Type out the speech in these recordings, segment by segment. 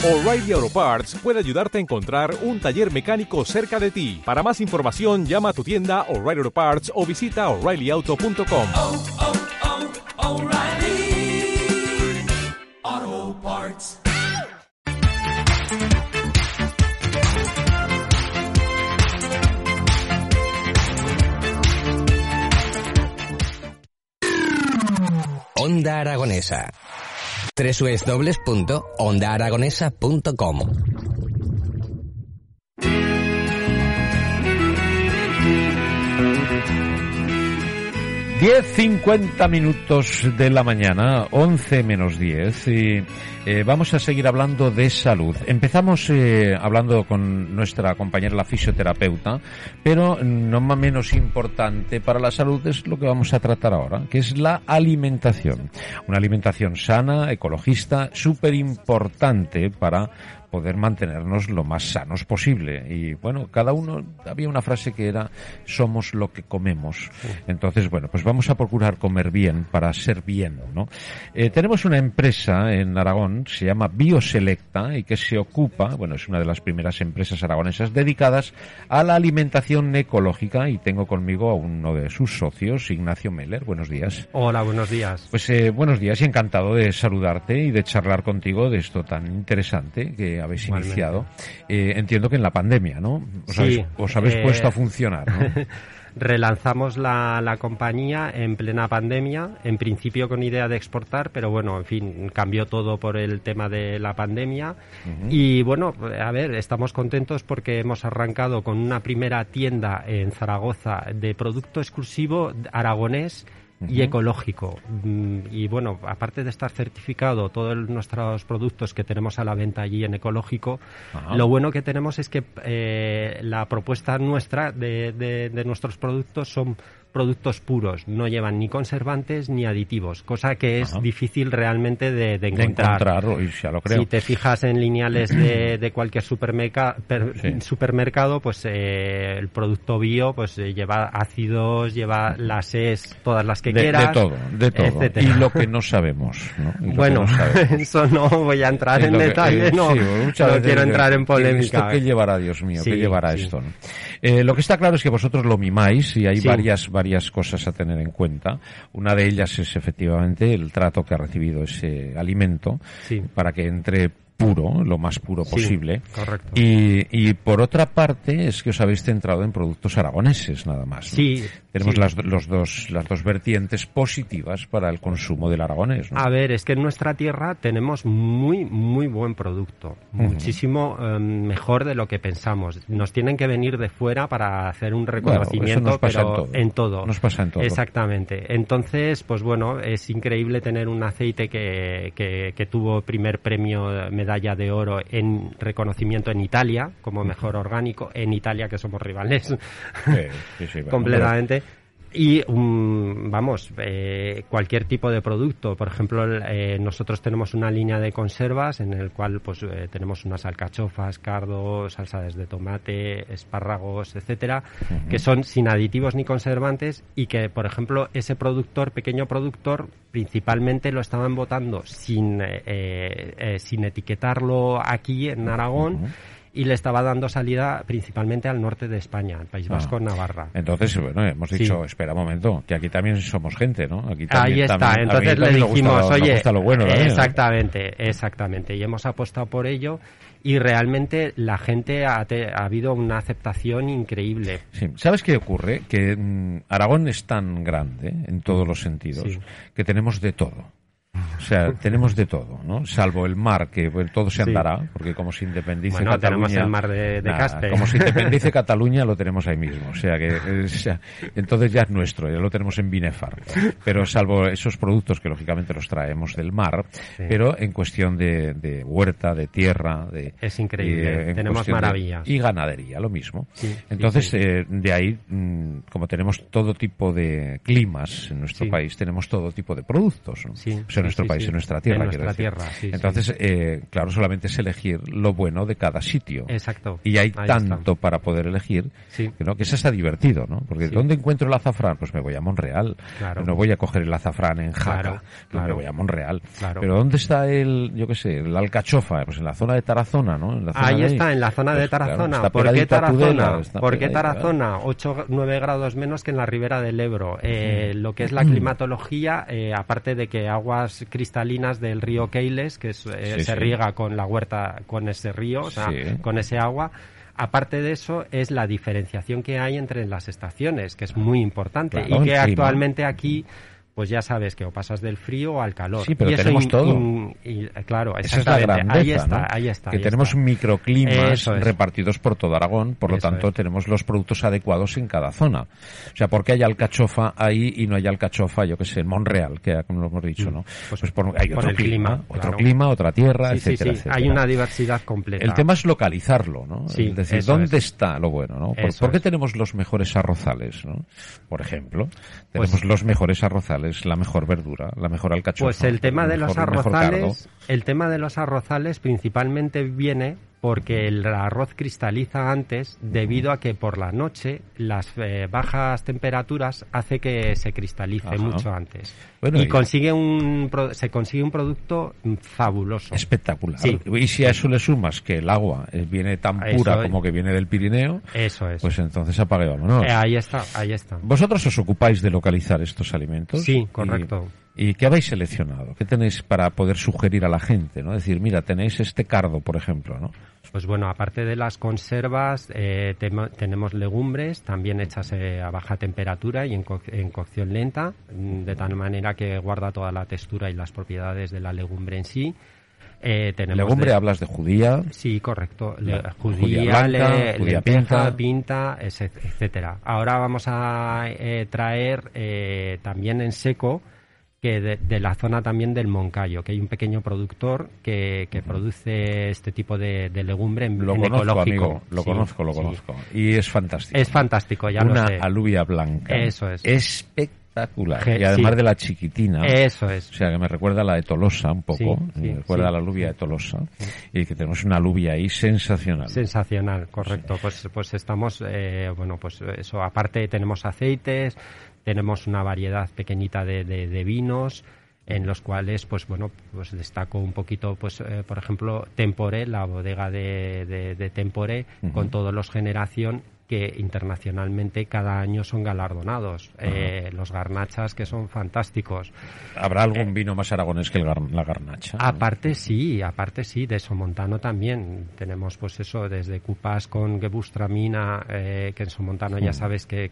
O'Reilly Auto Parts puede ayudarte a encontrar un taller mecánico cerca de ti. Para más información, llama a tu tienda O'Reilly Auto Parts o visita O'ReillyAuto.com. O'Reilly Auto Parts. Onda Aragonesa. www.ondaaragonesa.com 10:50 minutos de la mañana, 11 menos 10, y vamos a seguir hablando de salud. Empezamos hablando con nuestra compañera, la fisioterapeuta, pero no menos importante para la salud es lo que vamos a tratar ahora, que es la alimentación. Una alimentación sana, ecologista, súper importante para poder mantenernos lo más sanos posible. Y bueno, cada uno, había una frase que era: somos lo que comemos. Entonces, bueno, pues vamos a procurar comer bien para ser bien, ¿no? Tenemos una empresa en Aragón, se llama Bioselecta, y que se ocupa, bueno, es una de las primeras empresas aragonesas dedicadas a la alimentación ecológica, y tengo conmigo a uno de sus socios, Ignacio Meller. Buenos días. Hola, buenos días. Pues buenos días, y encantado de saludarte y de charlar contigo de esto tan interesante que habéis iniciado. Entiendo que en la pandemia, ¿no? Os habéis puesto a funcionar, ¿no? Relanzamos la compañía en plena pandemia, en principio con idea de exportar, pero bueno, en fin, cambió todo por el tema de la pandemia. Y bueno, a ver, estamos contentos porque hemos arrancado con una primera tienda en Zaragoza de producto exclusivo aragonés y ecológico. Y bueno, aparte de estar certificado todos nuestros productos que tenemos a la venta allí en ecológico, lo bueno que tenemos es que la propuesta nuestra de nuestros productos son productos puros, no llevan ni conservantes ni aditivos, cosa que es difícil realmente de encontrar. Y ya lo creo. Si te fijas en lineales de cualquier supermercado, pues el producto bio pues lleva ácidos, lleva las todas las que quieras. De todo. Etcétera. Y lo que no sabemos, ¿no? Bueno, eso no voy a entrar en detalle, no quiero entrar en polémica. ¿Esto qué llevará, Dios mío? ¿Qué llevará esto, no? Lo que está claro es que vosotros lo mimáis, y hay varias cosas a tener en cuenta. Una de ellas es efectivamente el trato que ha recibido ese alimento para que entre puro, lo más puro posible. Correcto. Y por otra parte es que os habéis centrado en productos aragoneses, nada más, ¿no? Tenemos las dos vertientes positivas para el consumo del aragonés, ¿no? A ver, es que en nuestra tierra tenemos muy, muy buen producto. Muchísimo mejor de lo que pensamos. Nos tienen que venir de fuera para hacer un reconocimiento, pero en todo. Nos pasa en todo. Exactamente. Entonces, pues bueno, es increíble tener un aceite que tuvo primer premio, medalla de oro en reconocimiento en Italia, como mejor orgánico, en Italia, que somos rivales completamente. Y cualquier tipo de producto. Por ejemplo, nosotros tenemos una línea de conservas en el cual pues tenemos unas alcachofas, cardo, salsas de tomate, espárragos, etcétera, que son sin aditivos ni conservantes, y que, por ejemplo, ese pequeño productor, principalmente lo estaban botando sin etiquetarlo aquí en Aragón. Y le estaba dando salida principalmente al norte de España, al País Vasco, Navarra. Entonces, bueno, hemos dicho, espera un momento, que aquí también somos gente, ¿no? Aquí también, ahí está, entonces le dijimos, oye, lo bueno, exactamente, y hemos apostado por ello, y realmente la gente ha habido una aceptación increíble. Sí. ¿Sabes qué ocurre? Que Aragón es tan grande, en todos los sentidos, que tenemos de todo. O sea, tenemos de todo, ¿no? Salvo el mar, que todo se andará, porque como se independice Cataluña... tenemos el mar de Caspe. Como se independice Cataluña, lo tenemos ahí mismo. O sea, entonces ya es nuestro, ya lo tenemos en Binefar. Pero salvo esos productos que lógicamente los traemos del mar, pero en cuestión de huerta, de tierra... Es increíble, tenemos maravilla. Y ganadería, lo mismo. Entonces, de ahí, como tenemos todo tipo de climas en nuestro país, tenemos todo tipo de productos, ¿no? O sea, nuestro país, en nuestra tierra. En nuestra tierra, sí. Entonces, claro, solamente es elegir lo bueno de cada sitio. Exacto. Y hay Ahí tanto está. para poder elegir, Sí. que eso está divertido, ¿no? Porque Sí. ¿dónde encuentro el azafrán? Pues me voy a Monreal. Claro. No voy a coger el azafrán en Jaca, Claro. me voy a Monreal. Claro. Pero ¿dónde está la alcachofa? Pues en la zona de Tarazona, ¿no? En la zona Ahí de está, en la zona de Pues, claro, Tarazona. está ¿Por qué pegadito a Tarazona? Tudela, está ¿Por qué pegadito, Tarazona? 9 grados menos que en la ribera del Ebro. Lo que es la climatología, aparte de que aguas cristalinas del río Keiles, que se riega con la huerta, con ese río, o sea, Sí. con ese agua. Aparte de eso, es la diferenciación que hay entre las estaciones, que es muy importante. Claro, y que el clima. actualmente aquí, pues ya sabes que o pasas del frío o al calor. Sí, pero y eso tenemos todo. Claro, Esa es la exactamente. grandeza, Ahí está. Que ahí tenemos está. microclimas Eso es. repartidos por todo Aragón, por lo Eso tanto es. tenemos los productos adecuados en cada zona. O sea, ¿por qué hay alcachofa ahí y no hay alcachofa, yo qué sé, en Monreal, que como lo hemos dicho, ¿no? Pues hay por otro el clima, clima, otra tierra, Sí, etcétera, sí. etcétera. Hay una diversidad completa. El tema es localizarlo, ¿no? Sí, es decir, eso ¿dónde es. está lo bueno, no? Eso ¿Por qué es. tenemos los mejores arrozales, no? Por ejemplo, tenemos Pues- los mejores arrozales, la mejor verdura, la mejor alcachofa. Pues el tema de los el mejor cardo. arrozales principalmente viene porque el arroz cristaliza antes debido a que por la noche las bajas temperaturas hace que se cristalice Ajá. mucho antes. Bueno, y y- se consigue un producto fabuloso. Espectacular. Sí. Y si a eso le sumas que el agua viene tan Eso pura es. como que viene del Pirineo, Eso es. pues entonces apague vámonos. Ahí está. ¿Vosotros os ocupáis de localizar estos alimentos? Sí, correcto. ¿Y qué habéis seleccionado? ¿Qué tenéis para poder sugerir a la gente? ¿No? Decir, mira, tenéis este cardo, por ejemplo, ¿no? Pues bueno, aparte de las conservas, tenemos legumbres también hechas a baja temperatura y en cocción lenta, de tal manera que guarda toda la textura y las propiedades de la legumbre en sí. Tenemos Legumbre, hablas de judía. Sí, correcto. Judía blanca, judía pinta, etcétera. Ahora vamos a traer también en seco, que de la zona también del Moncayo, que hay un pequeño productor que produce este tipo de legumbre en Lo conozco, ecológico. amigo. Lo Sí, conozco. sí. Y es fantástico. Es fantástico, ya Una lo sé. alubia blanca. Eso es. Espectacular. Y además Sí. de la chiquitina. Eso es. O sea, que me recuerda a la de Tolosa un poco. Sí, Me sí, recuerda sí. a la alubia de Tolosa. Y que tenemos una alubia ahí sensacional. Sensacional, correcto. Pues estamos, pues eso, aparte tenemos aceites, tenemos una variedad pequeñita de vinos, en los cuales, pues destaco un poquito, por ejemplo, Tempore, la bodega de Tempore, con todos los Generación, que internacionalmente cada año son galardonados. Los garnachas, que son fantásticos. ¿Habrá algún vino más aragonés que la garnacha? Aparte sí, de Somontano también. Tenemos pues eso, desde cupás con Gewürztraminer, que en Somontano ya sabes que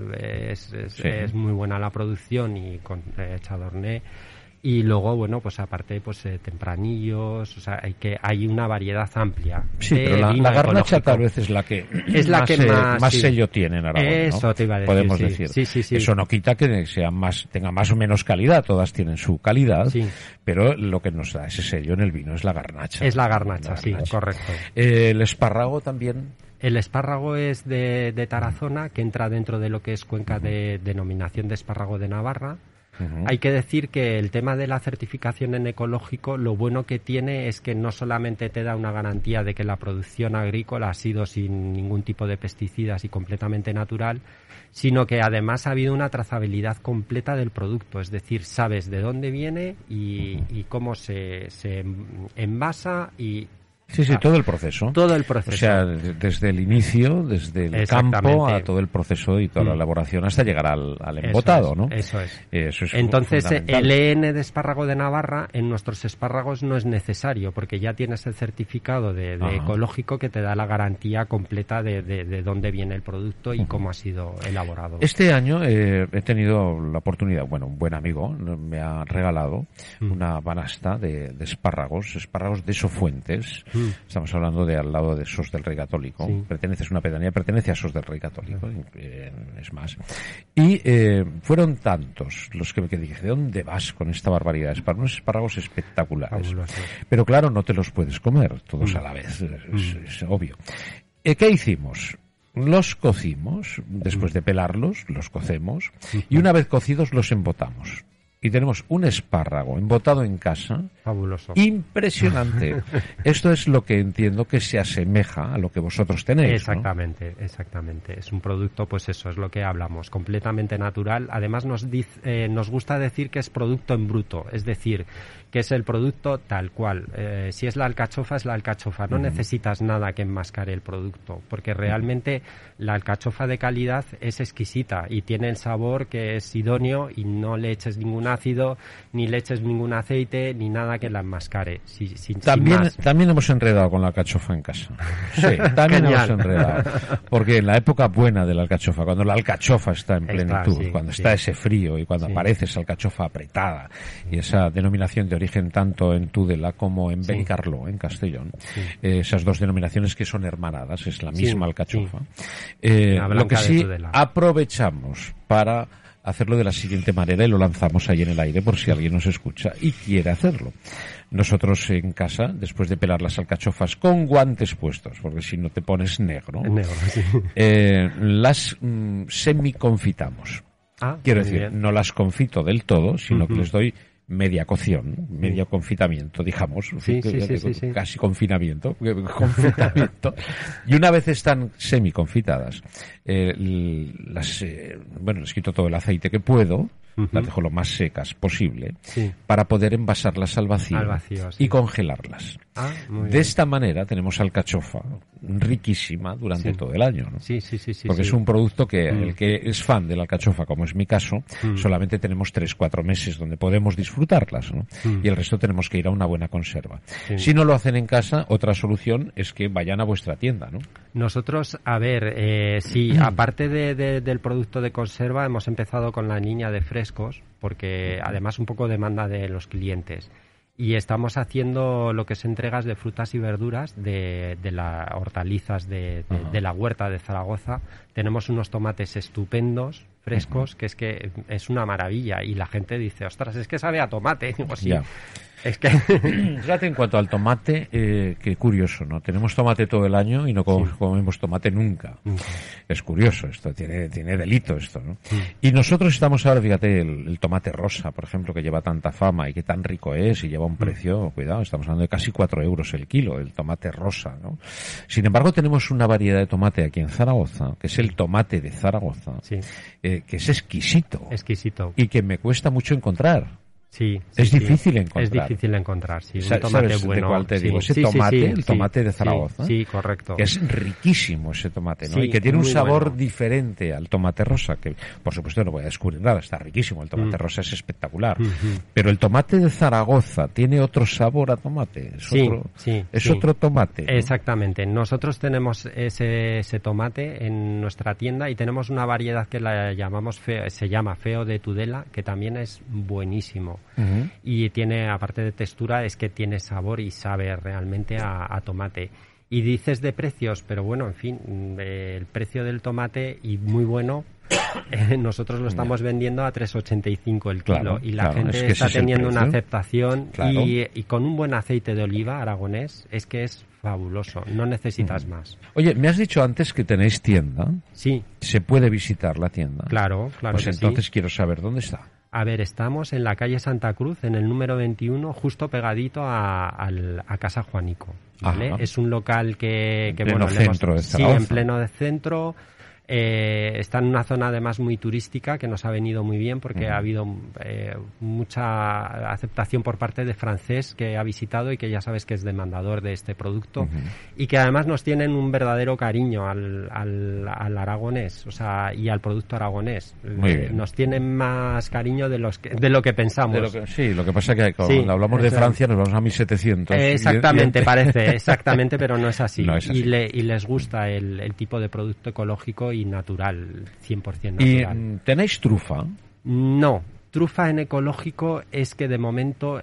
es muy buena la producción, y con Chardonnay. Y luego, pues aparte, tempranillos, o sea, hay una variedad amplia. Sí, de pero la vino garnacha ecológico. tal vez es la que más sí. sello tiene en Aragón, ¿no? Eso te iba a decir, podemos sí. decir. Sí. Eso no quita que tenga más o menos calidad, todas tienen su calidad, Sí. pero lo que nos da ese sello en el vino es la garnacha. Es la garnacha, sí, correcto. El espárrago también. El espárrago es de Tarazona, que entra dentro de lo que es cuenca de denominación de espárrago de Navarra. Hay que decir que el tema de la certificación en ecológico, lo bueno que tiene es que no solamente te da una garantía de que la producción agrícola ha sido sin ningún tipo de pesticidas y completamente natural, sino que además ha habido una trazabilidad completa del producto, es decir, sabes de dónde viene y cómo se envasa y... Sí, todo el proceso. Todo el proceso. O sea, desde el inicio, desde el campo a todo el proceso y toda la elaboración hasta llegar al embotado, ¿no? Eso es. Eso es Entonces, fundamental. el EN de espárrago de Navarra en nuestros espárragos no es necesario, porque ya tienes el certificado de ecológico que te da la garantía completa de dónde viene el producto y cómo ha sido elaborado. Este año he tenido la oportunidad, un buen amigo me ha regalado una banasta de espárragos de Sofuentes. Estamos hablando de al lado de Sos del Rey Católico. Sí. Es una pedanía, pertenece a Sos del Rey Católico, es más. Y fueron tantos los que dije, ¿de dónde vas con esta barbaridad? Unos espárragos espectaculares. Fabuloso. Pero claro, no te los puedes comer todos a la vez, es obvio. ¿Qué hicimos? Los cocimos, después de pelarlos, los cocemos, y una vez cocidos los embotamos. y tenemos un espárrago embotado en casa. Fabuloso. Impresionante. Esto es lo que entiendo que se asemeja a lo que vosotros tenéis, Exactamente, ¿no? exactamente. Es un producto, pues eso, es lo que hablamos, completamente natural. Además nos gusta decir que es producto en bruto, es decir, que es el producto tal cual. Si es la alcachofa, es la alcachofa. No necesitas nada que enmascare el producto, porque realmente la alcachofa de calidad es exquisita y tiene el sabor que es idóneo y no le eches ningún ácido, ni le eches ningún aceite, ni nada que la enmascare. También hemos enredado con la alcachofa en casa. Sí, también hemos enredado. Porque en la época buena de la alcachofa, cuando la alcachofa está en plenitud, cuando está ese frío y cuando aparece esa alcachofa apretada y esa denominación de origen tanto en Tudela como en Benicarló, en Castellón, esas dos denominaciones que son hermanadas, es la misma alcachofa. Lo que sí aprovechamos para hacerlo de la siguiente manera y lo lanzamos ahí en el aire por si alguien nos escucha y quiere hacerlo. Nosotros en casa, después de pelar las alcachofas con guantes puestos, porque si no te pones negro, las semiconfitamos. Quiero decir, no las confito del todo, sino que les doy media cocción, medio confitamiento, digamos, casi confinamiento, confitamiento. Y una vez están semiconfitadas, les quito todo el aceite que puedo, las dejo lo más secas posible, para poder envasarlas al vacío, y congelarlas. De esta manera tenemos alcachofa riquísima durante todo el año, ¿no? Porque es un producto que el que es fan de la alcachofa, como es mi caso, solamente tenemos 3-4 meses donde podemos disfrutarlas, ¿no? Y el resto tenemos que ir a una buena conserva. Si no lo hacen en casa, otra solución es que vayan a vuestra tienda, ¿no? Nosotros, a ver, aparte del producto de conserva, hemos empezado con la línea de frescos, porque además un poco demanda de los clientes. Y estamos haciendo lo que es entregas de frutas y verduras de las hortalizas de la huerta de Zaragoza. Tenemos unos tomates estupendos, frescos, que es una maravilla. Y la gente dice, ostras, es que sabe a tomate. Digo, sí. Es que fíjate, en cuanto al tomate, qué curioso, ¿no? Tenemos tomate todo el año y no comemos tomate nunca. Es curioso esto, tiene delito esto, ¿no? Y nosotros estamos ahora, fíjate, el tomate rosa, por ejemplo, que lleva tanta fama y que tan rico es y lleva un precio, cuidado, estamos hablando de casi 4 euros el kilo, el tomate rosa, ¿no? Sin embargo, tenemos una variedad de tomate aquí en Zaragoza, que es el tomate de Zaragoza, que es exquisito. Y que me cuesta mucho encontrar. Es difícil encontrar. Es difícil encontrar, sí. Un tomate bueno. ¿De cuál te digo? Ese tomate, el tomate de Zaragoza. Sí, correcto. Que es riquísimo ese tomate, ¿no? Y que tiene un sabor diferente al tomate rosa, que por supuesto no voy a descubrir nada, está riquísimo. El tomate rosa es espectacular. Pero el tomate de Zaragoza tiene otro sabor a tomate. Es otro tomate, ¿no? Exactamente. Nosotros tenemos ese tomate en nuestra tienda y tenemos una variedad que la llamamos se llama Feo de Tudela, que también es buenísimo. Y tiene, aparte de textura, es que tiene sabor y sabe realmente a tomate. Y dices de precios, pero bueno, en fin, el precio del tomate, y muy bueno, nosotros lo estamos vendiendo a 3,85 el kilo, y la gente está teniendo una aceptación, y con un buen aceite de oliva aragonés es que es fabuloso, no necesitas más. Oye, me has dicho antes que tenéis tienda. Sí. ¿Se puede visitar la tienda? Claro pues que entonces quiero saber dónde está. A ver, estamos en la calle Santa Cruz, en el número 21, justo pegadito a Casa Juanico, ¿vale? Es un local que en pleno centro de Zaragoza. Sí, en pleno centro. Está en una zona además muy turística que nos ha venido muy bien porque ha habido mucha aceptación por parte de francés que ha visitado y que ya sabes que es demandador de este producto y que además nos tienen un verdadero cariño al aragonés, o sea, y al producto aragonés. Nos tienen más cariño de lo que pensamos. Lo que pasa es que cuando hablamos de Francia nos vamos a 1700. Exactamente, parece, exactamente, pero no es así. Y les gusta el tipo de producto ecológico y natural, 100% natural. ¿Y tenéis trufa? No, trufa en ecológico es que de momento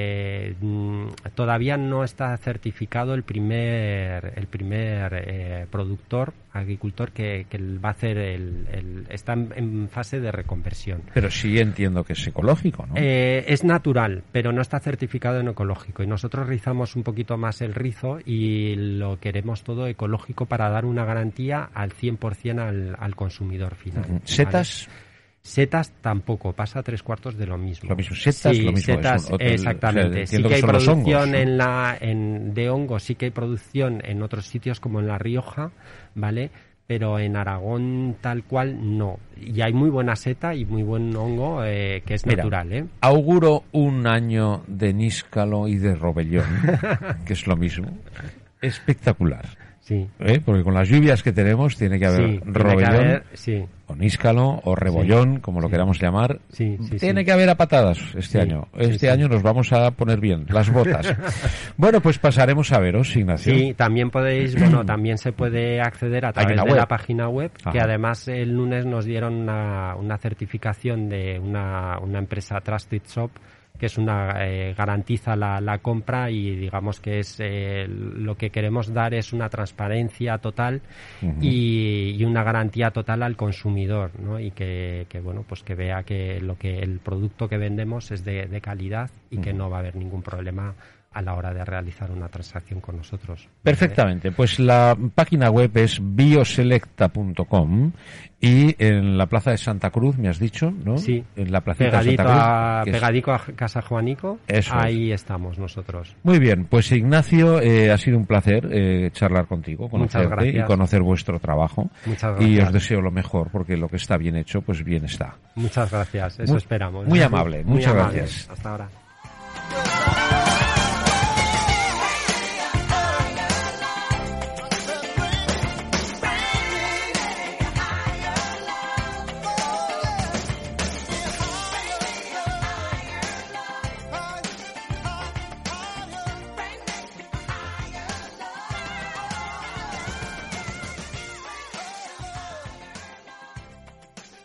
todavía no está certificado el primer productor, agricultor que va a hacer está en fase de reconversión. Pero sí entiendo que es ecológico, ¿no? Es natural, pero no está certificado en ecológico, y nosotros rizamos un poquito más el rizo y lo queremos todo ecológico para dar una garantía al 100% al consumidor final. ¿Setas? Setas tampoco, pasa 3/4 de lo mismo. Lo mismo, setas sí, lo mismo. Setas, es un, exactamente. Sí que hay producción de hongos, sí que hay producción en otros sitios como en La Rioja, ¿vale? Pero en Aragón tal cual no. Y hay muy buena seta y muy buen hongo que es natural, ¿eh? Auguro un año de níscalo y de robellón, que es lo mismo. Espectacular. Sí. Porque con las lluvias que tenemos tiene que haber robellón, o níscalo, o rebollón, como lo queramos llamar. Tiene que haber a patadas este año. Este año nos vamos a poner bien las botas. Bueno, pues pasaremos a veros, Ignacio. Sí, también podéis, también se puede acceder a través de la página web, que además el lunes nos dieron una certificación de una empresa Trusted Shop, que es garantiza la compra, y digamos que es lo que queremos dar es una transparencia total y una garantía total al consumidor, ¿no? Y que bueno, pues que vea que el producto que vendemos es de calidad y que no va a haber ningún problema a la hora de realizar una transacción con nosotros. Perfectamente, pues la página web es bioselecta.com y en la plaza de Santa Cruz, me has dicho, ¿no? Sí, en la placita de Santa Cruz. Pegadico a Casa Juanico, ahí estamos nosotros. Muy bien, pues Ignacio, ha sido un placer charlar contigo, conocerte y conocer vuestro trabajo. Muchas gracias. Y os deseo lo mejor, porque lo que está bien hecho, pues bien está. Muchas gracias, eso esperamos. Muy amable, muchas gracias. Hasta ahora.